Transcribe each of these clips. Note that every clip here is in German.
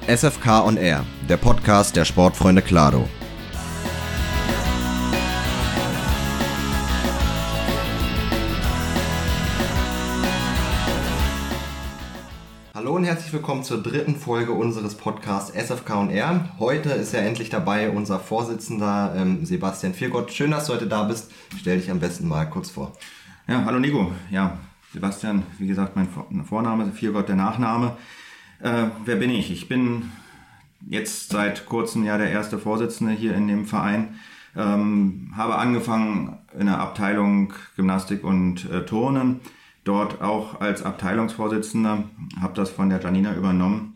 SFK on Air, der Podcast der Sportfreunde Klado. Hallo und herzlich willkommen zur dritten Folge unseres Podcasts SFK on Air. Heute ist ja endlich dabei unser Vorsitzender Sebastian Viergott. Schön, dass du heute da bist. Stell dich am besten mal kurz vor. Ja, hallo Nico. Ja, Sebastian, wie gesagt, mein Vorname, Viergott der Nachname. Wer bin ich? Ich bin jetzt seit kurzem ja der erste Vorsitzende hier in dem Verein. Habe angefangen in der Abteilung Gymnastik und Turnen. Dort auch als Abteilungsvorsitzender, habe das von der Janina übernommen.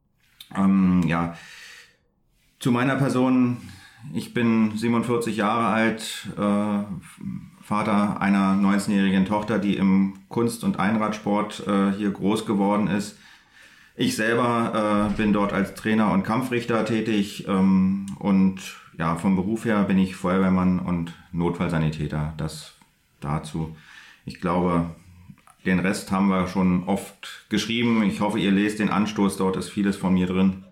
Zu meiner Person, ich bin 47 Jahre alt, Vater einer 19-jährigen Tochter, die im Kunst- und Einradsport hier groß geworden ist. Ich selber bin dort als Trainer und Kampfrichter tätig und ja, vom Beruf her bin ich Feuerwehrmann und Notfallsanitäter. Das dazu. Ich glaube, den Rest haben wir schon oft geschrieben. Ich hoffe, ihr lest den Anstoß. Dort ist vieles von mir drin.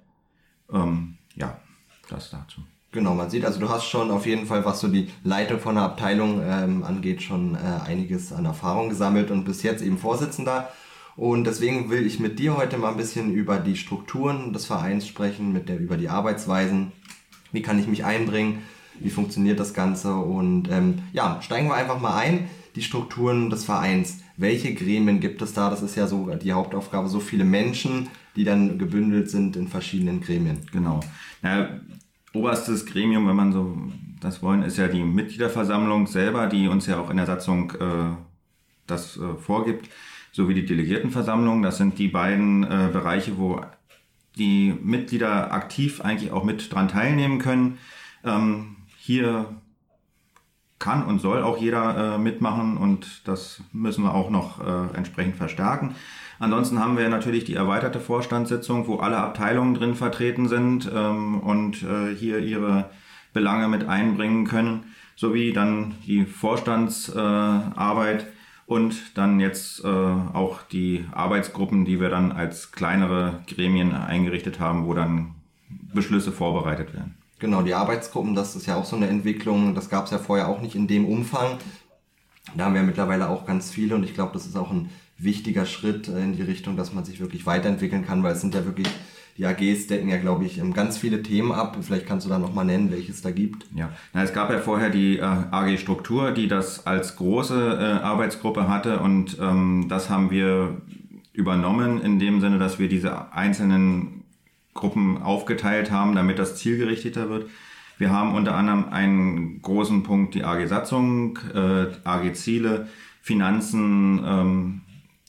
Das dazu. Genau, man sieht, also du hast schon auf jeden Fall, was so die Leitung von der Abteilung angeht, schon einiges an Erfahrung gesammelt und bis jetzt eben Vorsitzender. Und deswegen will ich mit dir heute mal ein bisschen über die Strukturen des Vereins sprechen, über die Arbeitsweisen. Wie kann ich mich einbringen? Wie funktioniert das Ganze? Und steigen wir einfach mal ein. Die Strukturen des Vereins. Welche Gremien gibt es da? Das ist ja so die Hauptaufgabe. So viele Menschen, die dann gebündelt sind in verschiedenen Gremien. Genau. Oberstes Gremium, wenn man so das wollen, ist ja die Mitgliederversammlung selber, die uns ja auch in der Satzung das vorgibt, sowie die Delegiertenversammlung. Das sind die beiden Bereiche, wo die Mitglieder aktiv eigentlich auch mit dran teilnehmen können. Hier kann und soll auch jeder mitmachen und das müssen wir auch noch entsprechend verstärken. Ansonsten haben wir natürlich die erweiterte Vorstandssitzung, wo alle Abteilungen drin vertreten sind und hier ihre Belange mit einbringen können, sowie dann die Vorstandsarbeit und dann jetzt auch die Arbeitsgruppen, die wir dann als kleinere Gremien eingerichtet haben, wo dann Beschlüsse vorbereitet werden. Genau, die Arbeitsgruppen, das ist ja auch so eine Entwicklung, das gab es ja vorher auch nicht in dem Umfang. Da haben wir mittlerweile auch ganz viele und ich glaube, das ist auch ein wichtiger Schritt in die Richtung, dass man sich wirklich weiterentwickeln kann, weil es sind ja wirklich, die AGs decken ja, glaube ich, ganz viele Themen ab. Vielleicht kannst du da nochmal nennen, welche es da gibt. Ja, es gab ja vorher die AG-Struktur, die das als große Arbeitsgruppe hatte und das haben wir übernommen in dem Sinne, dass wir diese einzelnen Gruppen aufgeteilt haben, damit das zielgerichteter wird. Wir haben unter anderem einen großen Punkt, die AG-Satzung, AG-Ziele, Finanzen,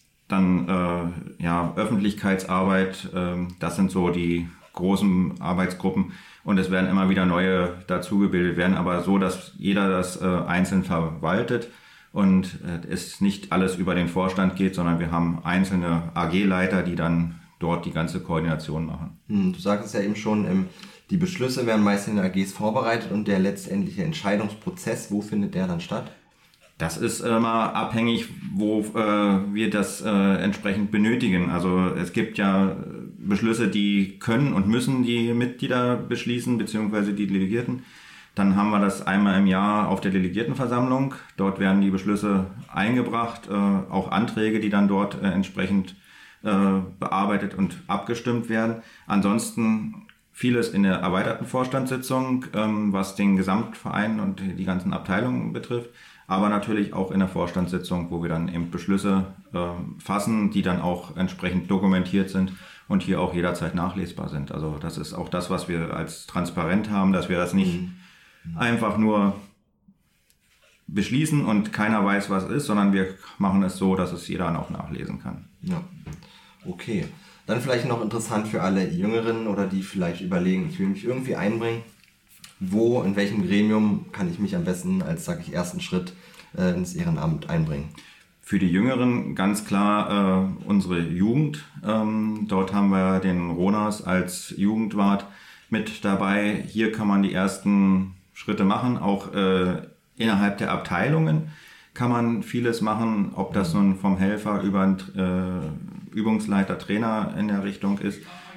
Öffentlichkeitsarbeit. Das sind so die großen Arbeitsgruppen und es werden immer wieder neue dazugebildet werden, aber so, dass jeder das einzeln verwaltet und es nicht alles über den Vorstand geht, sondern wir haben einzelne AG-Leiter, die dann dort die ganze Koordination machen. Du sagtest ja eben schon, die Beschlüsse werden meist in den AGs vorbereitet und der letztendliche Entscheidungsprozess, wo findet der dann statt? Das ist immer abhängig, wo wir das entsprechend benötigen. Also es gibt ja Beschlüsse, die können und müssen die Mitglieder beschließen, beziehungsweise die Delegierten. Dann haben wir das einmal im Jahr auf der Delegiertenversammlung. Dort werden die Beschlüsse eingebracht, auch Anträge, die dann dort entsprechend bearbeitet und abgestimmt werden. Ansonsten vieles in der erweiterten Vorstandssitzung, was den Gesamtverein und die ganzen Abteilungen betrifft, aber natürlich auch in der Vorstandssitzung, wo wir dann eben Beschlüsse fassen, die dann auch entsprechend dokumentiert sind und hier auch jederzeit nachlesbar sind. Also das ist auch das, was wir als transparent haben, dass wir das nicht einfach nur beschließen und keiner weiß, was es ist, sondern wir machen es so, dass es jeder dann auch nachlesen kann. Ja. Okay, dann vielleicht noch interessant für alle Jüngeren oder die vielleicht überlegen, ich will mich irgendwie einbringen. In welchem Gremium kann ich mich am besten als, ersten Schritt ins Ehrenamt einbringen? Für die Jüngeren ganz klar unsere Jugend. Dort haben wir den Ronas als Jugendwart mit dabei. Hier kann man die ersten Schritte machen, auch innerhalb der Abteilungen kann man vieles machen, ob das nun vom Helfer über einen Übungsleiter, Trainer in der Richtung ist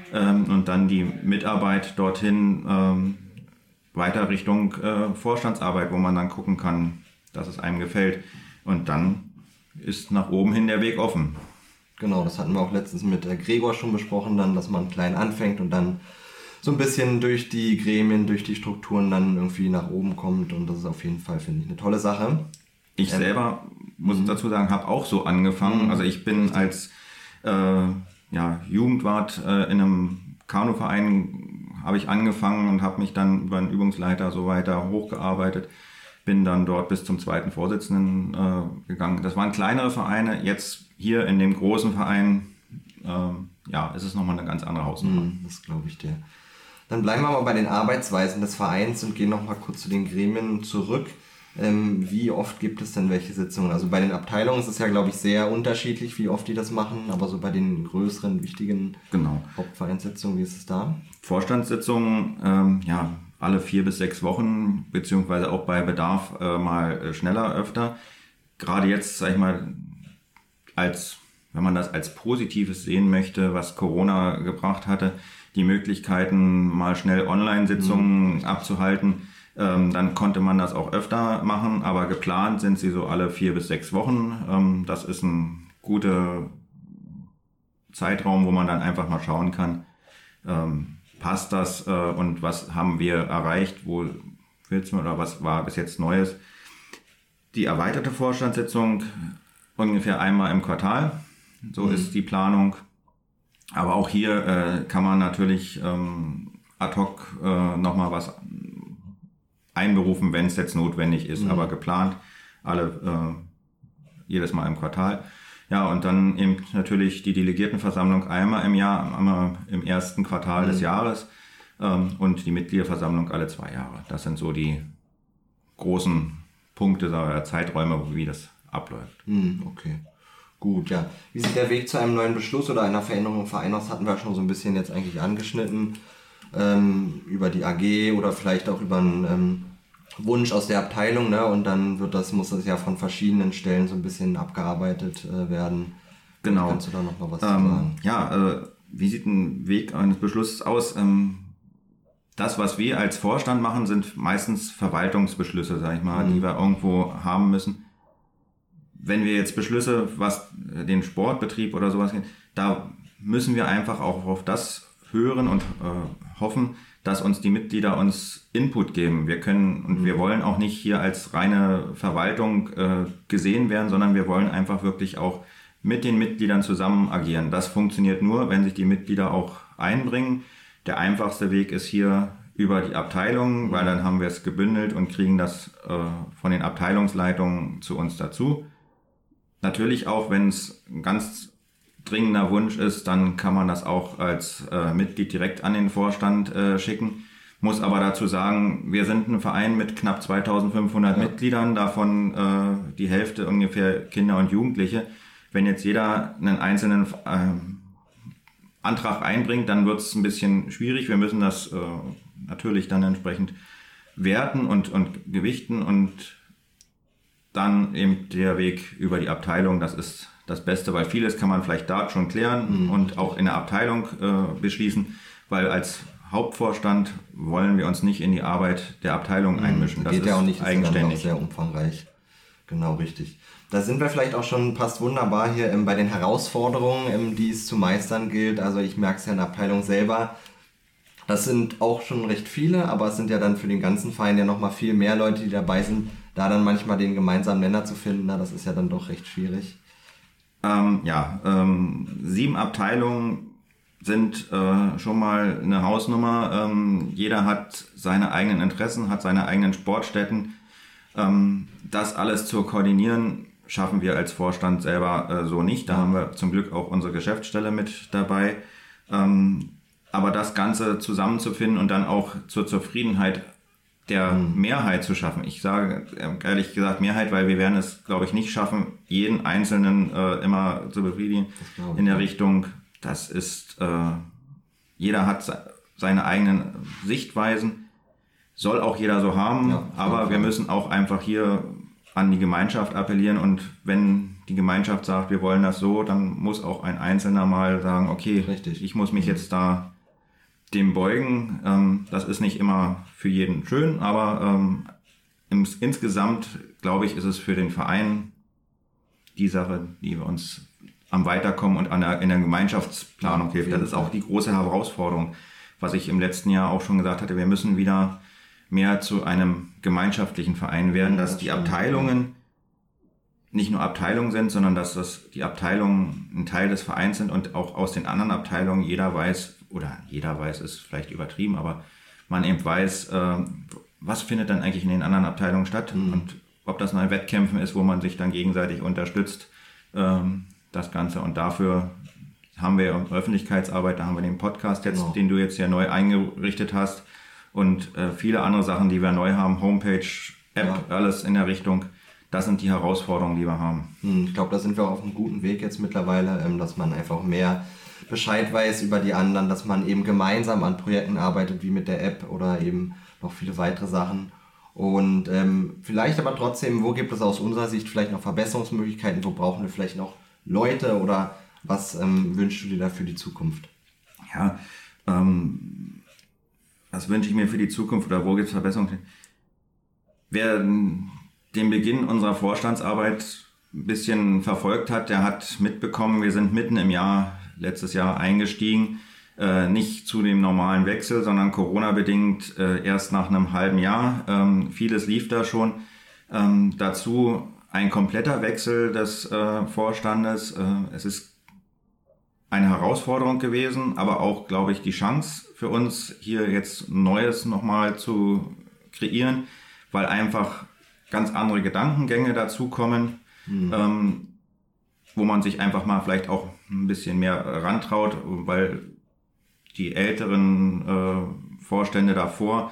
und dann die Mitarbeit dorthin weiter Richtung Vorstandsarbeit, wo man dann gucken kann, dass es einem gefällt. Und dann ist nach oben hin der Weg offen. Genau, das hatten wir auch letztens mit Gregor schon besprochen, dann, dass man klein anfängt und dann so ein bisschen durch die Gremien, durch die Strukturen dann irgendwie nach oben kommt. Und das ist auf jeden Fall, finde ich, eine tolle Sache. Ich selber, muss dazu sagen, habe auch so angefangen. Also ich bin als Jugendwart in einem Kanuverein habe ich angefangen und habe mich dann über einen Übungsleiter so weiter hochgearbeitet. Bin dann dort bis zum zweiten Vorsitzenden gegangen. Das waren kleinere Vereine. Jetzt hier in dem großen Verein, ist es nochmal eine ganz andere Hausnummer. Das glaube ich dir. Dann bleiben wir mal bei den Arbeitsweisen des Vereins und gehen nochmal kurz zu den Gremien zurück. Wie oft gibt es denn welche Sitzungen? Also bei den Abteilungen ist es ja, glaube ich, sehr unterschiedlich, wie oft die das machen, aber so bei den größeren, wichtigen Hauptvereinssitzungen, wie ist es da? Vorstandssitzungen, alle 4 bis 6 Wochen, beziehungsweise auch bei Bedarf mal schneller, öfter. Gerade jetzt, sag ich mal, wenn man das als Positives sehen möchte, was Corona gebracht hatte, die Möglichkeiten, mal schnell Online-Sitzungen abzuhalten, dann konnte man das auch öfter machen, aber geplant sind sie so alle 4 bis 6 Wochen. Das ist ein guter Zeitraum, wo man dann einfach mal schauen kann, passt das und was haben wir erreicht, wo willst du oder was war bis jetzt Neues. Die erweiterte Vorstandssitzung ungefähr einmal im Quartal, so ist die Planung. Aber auch hier kann man natürlich ad hoc nochmal was einberufen, wenn es jetzt notwendig ist, aber geplant jedes Mal im Quartal. Ja, und dann eben natürlich die Delegiertenversammlung einmal im Jahr, einmal im ersten Quartal des Jahres und die Mitgliederversammlung alle 2 Jahre. Das sind so die großen Punkte, Zeiträume, wie das abläuft. Okay, gut, ja. Wie sieht der Weg zu einem neuen Beschluss oder einer Veränderung im Verein aus? Hatten wir schon so ein bisschen jetzt eigentlich angeschnitten. Über die AG oder vielleicht auch über einen Wunsch aus der Abteilung, ne? Und dann muss das ja von verschiedenen Stellen so ein bisschen abgearbeitet werden. Genau. Kannst du da noch mal was zu sagen? Wie sieht ein Weg eines Beschlusses aus? Das, was wir als Vorstand machen, sind meistens Verwaltungsbeschlüsse, sag ich mal, die wir irgendwo haben müssen. Wenn wir jetzt Beschlüsse, was den Sportbetrieb oder sowas geht, da müssen wir einfach auch auf das hören und hoffen, dass uns die Mitglieder uns Input geben. Wir können und wir wollen auch nicht hier als reine Verwaltung gesehen werden, sondern wir wollen einfach wirklich auch mit den Mitgliedern zusammen agieren. Das funktioniert nur, wenn sich die Mitglieder auch einbringen. Der einfachste Weg ist hier über die Abteilungen, weil dann haben wir es gebündelt und kriegen das von den Abteilungsleitungen zu uns dazu. Natürlich auch, wenn es ein ganz dringender Wunsch ist, dann kann man das auch als Mitglied direkt an den Vorstand schicken. Muss aber dazu sagen, wir sind ein Verein mit knapp 2500 Mitgliedern, davon die Hälfte ungefähr Kinder und Jugendliche. Wenn jetzt jeder einen einzelnen Antrag einbringt, dann wird es ein bisschen schwierig. Wir müssen das natürlich dann entsprechend werten und gewichten und dann eben der Weg über die Abteilung, das ist das Beste, weil vieles kann man vielleicht da schon klären und auch in der Abteilung beschließen, weil als Hauptvorstand wollen wir uns nicht in die Arbeit der Abteilung einmischen. Das geht ja auch nicht, eigenständig. Ist auch sehr umfangreich. Genau, richtig. Da sind wir vielleicht auch schon, passt wunderbar hier bei den Herausforderungen, die es zu meistern gilt. Also ich merke es ja in der Abteilung selber, das sind auch schon recht viele, aber es sind ja dann für den ganzen Verein ja nochmal viel mehr Leute, die dabei sind. Da dann manchmal den gemeinsamen Nenner zu finden, das ist ja dann doch recht schwierig. 7 Abteilungen sind schon mal eine Hausnummer. Jeder hat seine eigenen Interessen, hat seine eigenen Sportstätten. Das alles zu koordinieren, schaffen wir als Vorstand selber so nicht. Da haben wir zum Glück auch unsere Geschäftsstelle mit dabei. Aber das Ganze zusammenzufinden und dann auch zur Zufriedenheit der Mehrheit zu schaffen. Ich sage ehrlich gesagt Mehrheit, weil wir werden es, glaube ich, nicht schaffen, jeden Einzelnen immer zu befriedigen in der Richtung. Das ist, jeder hat seine eigenen Sichtweisen, soll auch jeder so haben, aber wir müssen auch einfach hier an die Gemeinschaft appellieren und wenn die Gemeinschaft sagt, wir wollen das so, dann muss auch ein Einzelner mal sagen, okay, richtig, ich muss mich jetzt da dem beugen. Das ist nicht immer für jeden schön, aber insgesamt, glaube ich, ist es für den Verein die Sache, die wir uns am Weiterkommen und in der Gemeinschaftsplanung hilft. Das ist auch die große Herausforderung, was ich im letzten Jahr auch schon gesagt hatte. Wir müssen wieder mehr zu einem gemeinschaftlichen Verein werden, dass die Abteilungen nicht nur Abteilungen sind, sondern dass die Abteilungen ein Teil des Vereins sind und auch aus den anderen Abteilungen jeder weiß ist vielleicht übertrieben, aber man eben weiß, was findet dann eigentlich in den anderen Abteilungen statt und ob das mal Wettkämpfen ist, wo man sich dann gegenseitig unterstützt, das Ganze. Und dafür haben wir Öffentlichkeitsarbeit, da haben wir den Podcast jetzt, den du jetzt ja neu eingerichtet hast und viele andere Sachen, die wir neu haben, Homepage, App, alles in der Richtung. Das sind die Herausforderungen, die wir haben. Ich glaube, da sind wir auf einem guten Weg jetzt mittlerweile, dass man einfach mehr Bescheid weiß über die anderen, dass man eben gemeinsam an Projekten arbeitet, wie mit der App oder eben noch viele weitere Sachen. Und vielleicht aber trotzdem, wo gibt es aus unserer Sicht vielleicht noch Verbesserungsmöglichkeiten, wo brauchen wir vielleicht noch Leute oder was wünschst du dir da für die Zukunft? Ja, was wünsche ich mir für die Zukunft oder wo gibt es Verbesserungen? Wer den Beginn unserer Vorstandsarbeit ein bisschen verfolgt hat, der hat mitbekommen, wir sind mitten im Jahr, letztes Jahr eingestiegen, nicht zu dem normalen Wechsel, sondern Corona-bedingt erst nach einem halben Jahr. Vieles lief da schon. Dazu ein kompletter Wechsel des Vorstandes. Es ist eine Herausforderung gewesen, aber auch, glaube ich, die Chance für uns, hier jetzt Neues nochmal zu kreieren, weil einfach ganz andere Gedankengänge dazukommen, wo man sich einfach mal vielleicht auch ein bisschen mehr rantraut, weil die älteren Vorstände davor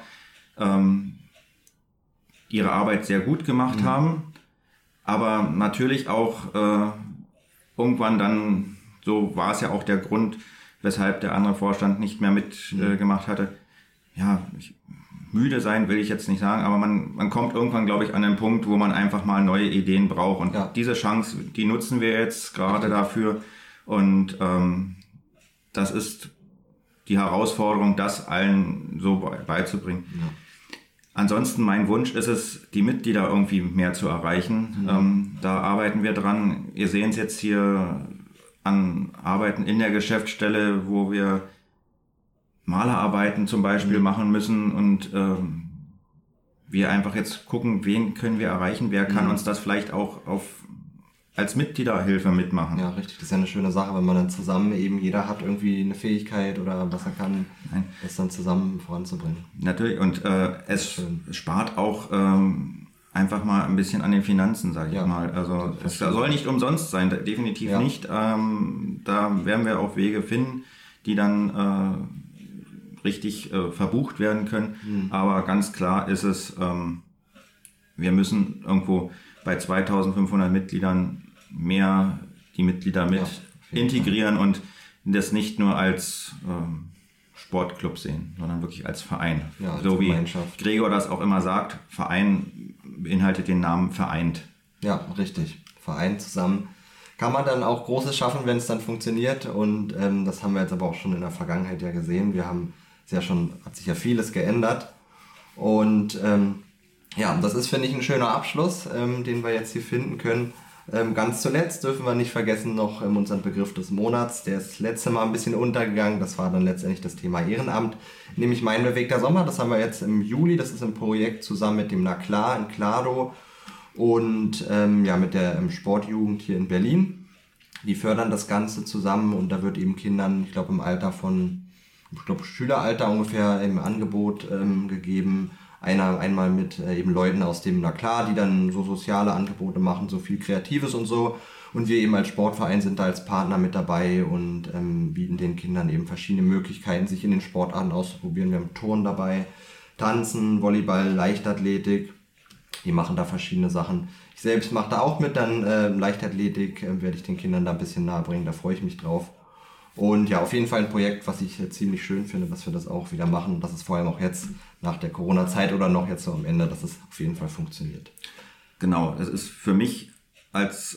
ihre Arbeit sehr gut gemacht haben, aber natürlich auch irgendwann dann, so war es ja auch der Grund, weshalb der andere Vorstand nicht mehr mitgemacht hatte. Ja, müde sein will ich jetzt nicht sagen, aber man kommt irgendwann, glaube ich, an den Punkt, wo man einfach mal neue Ideen braucht. Und diese Chance, die nutzen wir jetzt gerade dafür. Und das ist die Herausforderung, das allen so beizubringen. Ja. Ansonsten mein Wunsch ist es, die Mitglieder irgendwie mehr zu erreichen. Da arbeiten wir dran. Ihr seht es jetzt hier an Arbeiten in der Geschäftsstelle, wo wir Malerarbeiten zum Beispiel machen müssen und wir einfach jetzt gucken, wen können wir erreichen, wer kann uns das vielleicht auch als Mitgliederhilfe mitmachen. Ja, richtig. Das ist ja eine schöne Sache, wenn man dann zusammen eben, jeder hat irgendwie eine Fähigkeit oder was er kann, das dann zusammen voranzubringen. Natürlich, und es spart auch einfach mal ein bisschen an den Finanzen, sage ich mal. Also es soll nicht umsonst sein, definitiv nicht. Da werden wir auch Wege finden, die dann richtig verbucht werden können. Aber ganz klar ist es, wir müssen irgendwo bei 2500 Mitgliedern mehr die Mitglieder mit integrieren und das nicht nur als Sportclub sehen, sondern wirklich als Verein. Ja, als so wie Gregor das auch immer sagt, Verein beinhaltet den Namen vereint. Ja, richtig. Verein zusammen. Kann man dann auch Großes schaffen, wenn es dann funktioniert und das haben wir jetzt aber auch schon in der Vergangenheit ja gesehen. Hat sich ja vieles geändert und das ist, finde ich, ein schöner Abschluss, den wir jetzt hier finden können. Ganz zuletzt dürfen wir nicht vergessen noch unseren Begriff des Monats, der ist das letzte Mal ein bisschen untergegangen, das war dann letztendlich das Thema Ehrenamt, nämlich Mein bewegter Sommer, das haben wir jetzt im Juli, das ist ein Projekt zusammen mit dem Na klar in Klado und mit der Sportjugend hier in Berlin. Die fördern das Ganze zusammen und da wird eben Kindern, ich glaube im Alter von Schüleralter ungefähr im Angebot gegeben. Einmal mit eben Leuten aus dem Na klar, die dann so soziale Angebote machen, so viel Kreatives und so. Und wir eben als Sportverein sind da als Partner mit dabei und bieten den Kindern eben verschiedene Möglichkeiten, sich in den Sportarten auszuprobieren. Wir haben Turnen dabei, Tanzen, Volleyball, Leichtathletik. Die machen da verschiedene Sachen. Ich selbst mache da auch mit, dann Leichtathletik werde ich den Kindern da ein bisschen nahe bringen, da freue ich mich drauf. Und ja, auf jeden Fall ein Projekt, was ich ziemlich schön finde, dass wir das auch wieder machen. Das ist vor allem auch jetzt nach der Corona-Zeit oder noch jetzt so am Ende, dass es auf jeden Fall funktioniert. Genau, es ist für mich als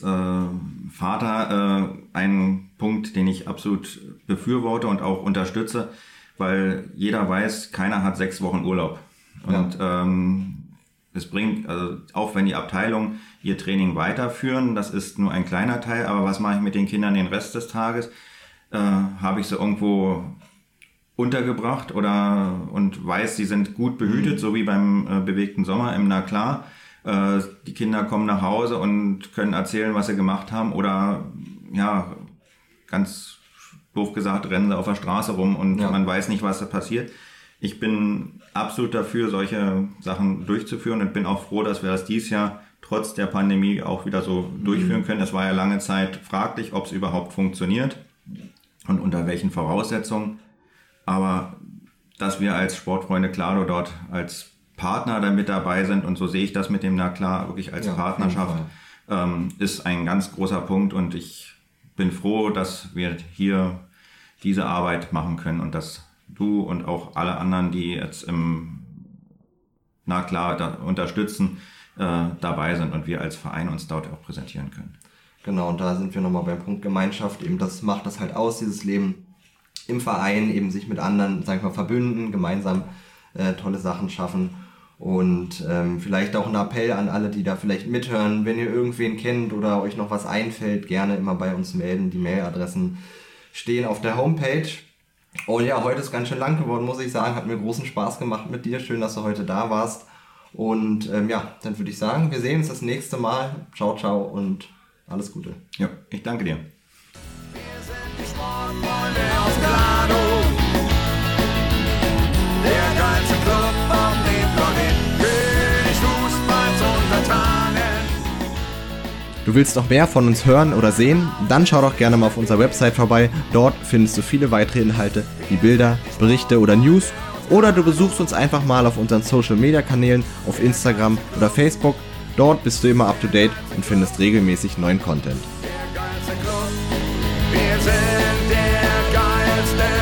Vater ein Punkt, den ich absolut befürworte und auch unterstütze, weil jeder weiß, keiner hat 6 Wochen Urlaub. Und es bringt, also auch wenn die Abteilungen ihr Training weiterführen, das ist nur ein kleiner Teil, aber was mache ich mit den Kindern den Rest des Tages? Habe ich sie irgendwo untergebracht und weiß, sie sind gut behütet, so wie beim bewegten Sommer im Na klar. Die Kinder kommen nach Hause und können erzählen, was sie gemacht haben oder ja, ganz doof gesagt, rennen sie auf der Straße rum und man weiß nicht, was da passiert. Ich bin absolut dafür, solche Sachen durchzuführen und bin auch froh, dass wir das dieses Jahr trotz der Pandemie auch wieder so durchführen können. Es war ja lange Zeit fraglich, ob es überhaupt funktioniert und unter welchen Voraussetzungen. Aber dass wir als Sportfreunde Klado dort als Partner da mit dabei sind und so sehe ich das mit dem Na klar wirklich als Partnerschaft, ist ein ganz großer Punkt und ich bin froh, dass wir hier diese Arbeit machen können und dass du und auch alle anderen, die jetzt im Na klar unterstützen, dabei sind und wir als Verein uns dort auch präsentieren können. Genau, und da sind wir nochmal beim Punkt Gemeinschaft, eben das macht das halt aus, dieses Leben im Verein, eben sich mit anderen, sag ich mal, verbünden, gemeinsam tolle Sachen schaffen und vielleicht auch ein Appell an alle, die da vielleicht mithören, wenn ihr irgendwen kennt oder euch noch was einfällt, gerne immer bei uns melden, die Mailadressen stehen auf der Homepage. Und ja, heute ist ganz schön lang geworden, muss ich sagen, hat mir großen Spaß gemacht mit dir, schön, dass du heute da warst und dann würde ich sagen, wir sehen uns das nächste Mal, ciao, ciao und alles Gute. Ja, ich danke dir. Wir sind die Sportfreunde aus Klado. Der geilste Club auf dem Planeten. König Fußballs Untertanen. Du willst noch mehr von uns hören oder sehen? Dann schau doch gerne mal auf unserer Website vorbei. Dort findest du viele weitere Inhalte wie Bilder, Berichte oder News. Oder du besuchst uns einfach mal auf unseren Social Media Kanälen auf Instagram oder Facebook. Dort bist du immer up to date und findest regelmäßig neuen Content. Der geilste Club. Wir sind der geilste